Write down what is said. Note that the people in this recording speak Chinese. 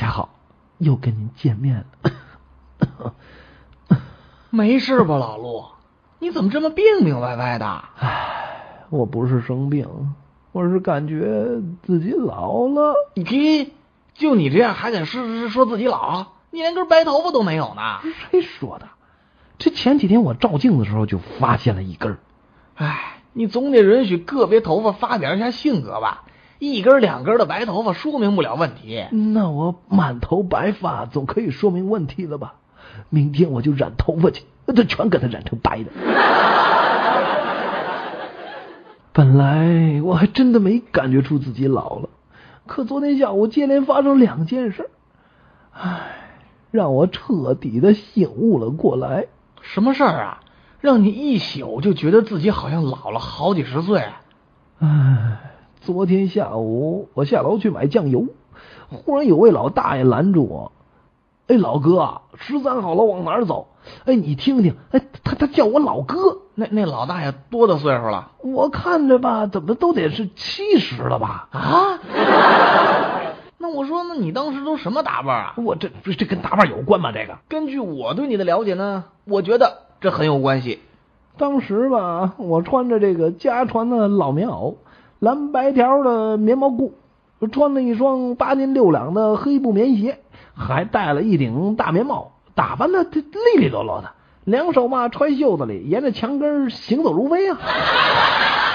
好又跟您见面了。 没事吧，老陆？你怎么这么病病歪歪的？ 我不是生病，我是感觉自己老了。 你就你这样还敢说自己老？你连根白头发都没有呢。 谁说的？这前几天我照镜子的时候就发现了一根。 你总得允许个别头发发表一下性格吧？一根两根的白头发说明不了问题。 那我满头白发总可以说明问题了吧？明天我就染头发去，这全给它染成白的。本来我还真的没感觉出自己老了，可昨天下午接连发生2件事，让我彻底的醒悟了过来。 什么事儿啊？让你一宿就觉得自己好像老了好几十岁？ 昨天下午我下楼去买酱油，忽然有位老大爷拦住我。老哥，13号楼往哪儿走？你听听，他叫我老哥。 那老大爷多大岁数了？ 我看着吧，怎么都得是70了吧？ 那我说，那你当时都什么打扮啊？ 我这跟打扮有关吗？这个根据我对你的了解呢，我觉得这很有关系。 当时吧，我穿着这个家传的老棉袄，蓝白条的棉毛裤，穿了一双8斤6两的黑布棉鞋，还戴了一顶大棉帽，打扮的利利落落的，2手吧揣袖子里，沿着墙根行走如飞啊。